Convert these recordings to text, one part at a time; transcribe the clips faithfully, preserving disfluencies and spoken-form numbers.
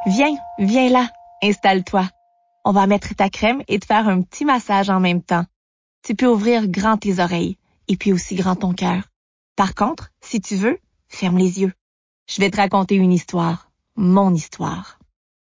Viens, viens là, installe-toi. On va mettre ta crème et te faire un petit massage en même temps. Tu peux ouvrir grand tes oreilles et puis aussi grand ton cœur. Par contre, si tu veux, ferme les yeux. Je vais te raconter une histoire, mon histoire.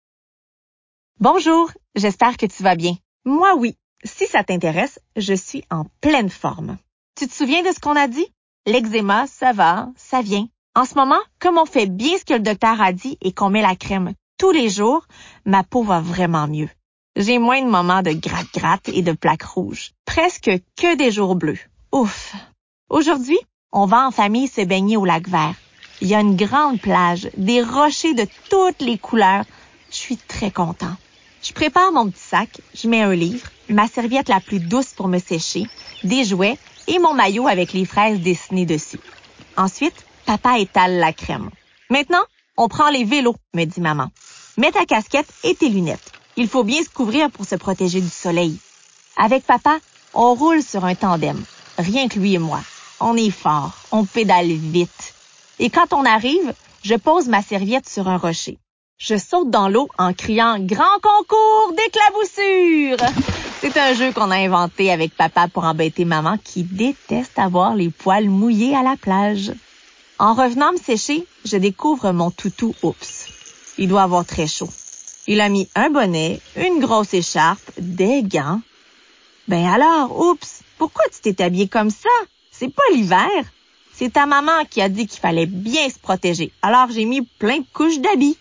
Bonjour, j'espère que tu vas bien. Moi oui, si ça t'intéresse, je suis en pleine forme. Tu te souviens de ce qu'on a dit? L'eczéma, ça va, ça vient. En ce moment, comme on fait bien ce que le docteur a dit et qu'on met la crème tous les jours, ma peau va vraiment mieux. J'ai moins de moments de gratte-gratte et de plaques rouges. Presque que des jours bleus. Ouf! Aujourd'hui, on va en famille se baigner au lac vert. Il y a une grande plage, des rochers de toutes les couleurs. Je suis très content. Je prépare mon petit sac, je mets un livre, ma serviette la plus douce pour me sécher, des jouets et mon maillot avec les fraises dessinées dessus. Ensuite, papa étale la crème. Maintenant, on prend les vélos, me dit maman. Mets ta casquette et tes lunettes. Il faut bien se couvrir pour se protéger du soleil. Avec papa, on roule sur un tandem. Rien que lui et moi. On est fort, on pédale vite. Et quand on arrive, je pose ma serviette sur un rocher. Je saute dans l'eau en criant « Grand concours d'éclaboussure !» C'est un jeu qu'on a inventé avec papa pour embêter maman qui déteste avoir les poils mouillés à la plage. En revenant me sécher, je découvre mon toutou Oups. Il doit avoir très chaud. Il a mis un bonnet, une grosse écharpe, des gants. Ben alors, Oups, pourquoi tu t'es habillé comme ça? C'est pas l'hiver. C'est ta maman qui a dit qu'il fallait bien se protéger. Alors j'ai mis plein de couches d'habits.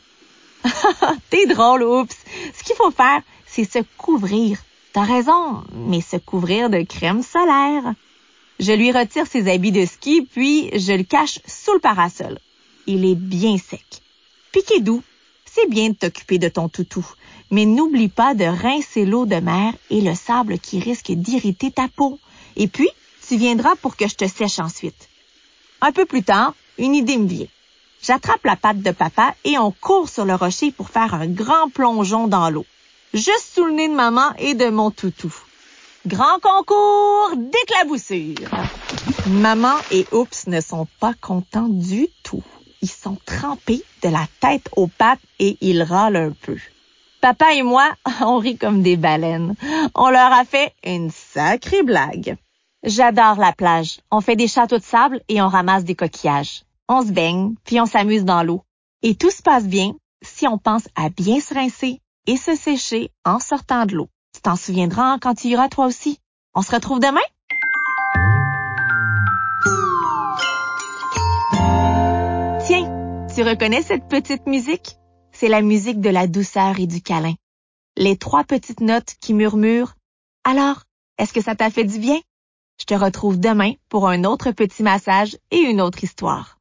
T'es drôle, Oups. Ce qu'il faut faire, c'est se couvrir. T'as raison, mais se couvrir de crème solaire. Je lui retire ses habits de ski, puis je le cache sous le parasol. Il est bien sec. Piqué doux. C'est bien de t'occuper de ton toutou, mais n'oublie pas de rincer l'eau de mer et le sable qui risque d'irriter ta peau. Et puis, tu viendras pour que je te sèche ensuite. Un peu plus tard, une idée me vient. J'attrape la patte de papa et on court sur le rocher pour faire un grand plongeon dans l'eau. Juste sous le nez de maman et de mon toutou. Grand concours d'éclaboussure! Maman et Oups ne sont pas contents du tout. Ils sont trempés de la tête aux pattes et ils râlent un peu. Papa et moi, on rit comme des baleines. On leur a fait une sacrée blague. J'adore la plage. On fait des châteaux de sable et on ramasse des coquillages. On se baigne, puis on s'amuse dans l'eau. Et tout se passe bien si on pense à bien se rincer et se sécher en sortant de l'eau. Tu t'en souviendras quand tu iras toi aussi. On se retrouve demain? Tiens, tu reconnais cette petite musique? C'est la musique de la douceur et du câlin. Les trois petites notes qui murmurent. Alors, est-ce que ça t'a fait du bien? Je te retrouve demain pour un autre petit massage et une autre histoire.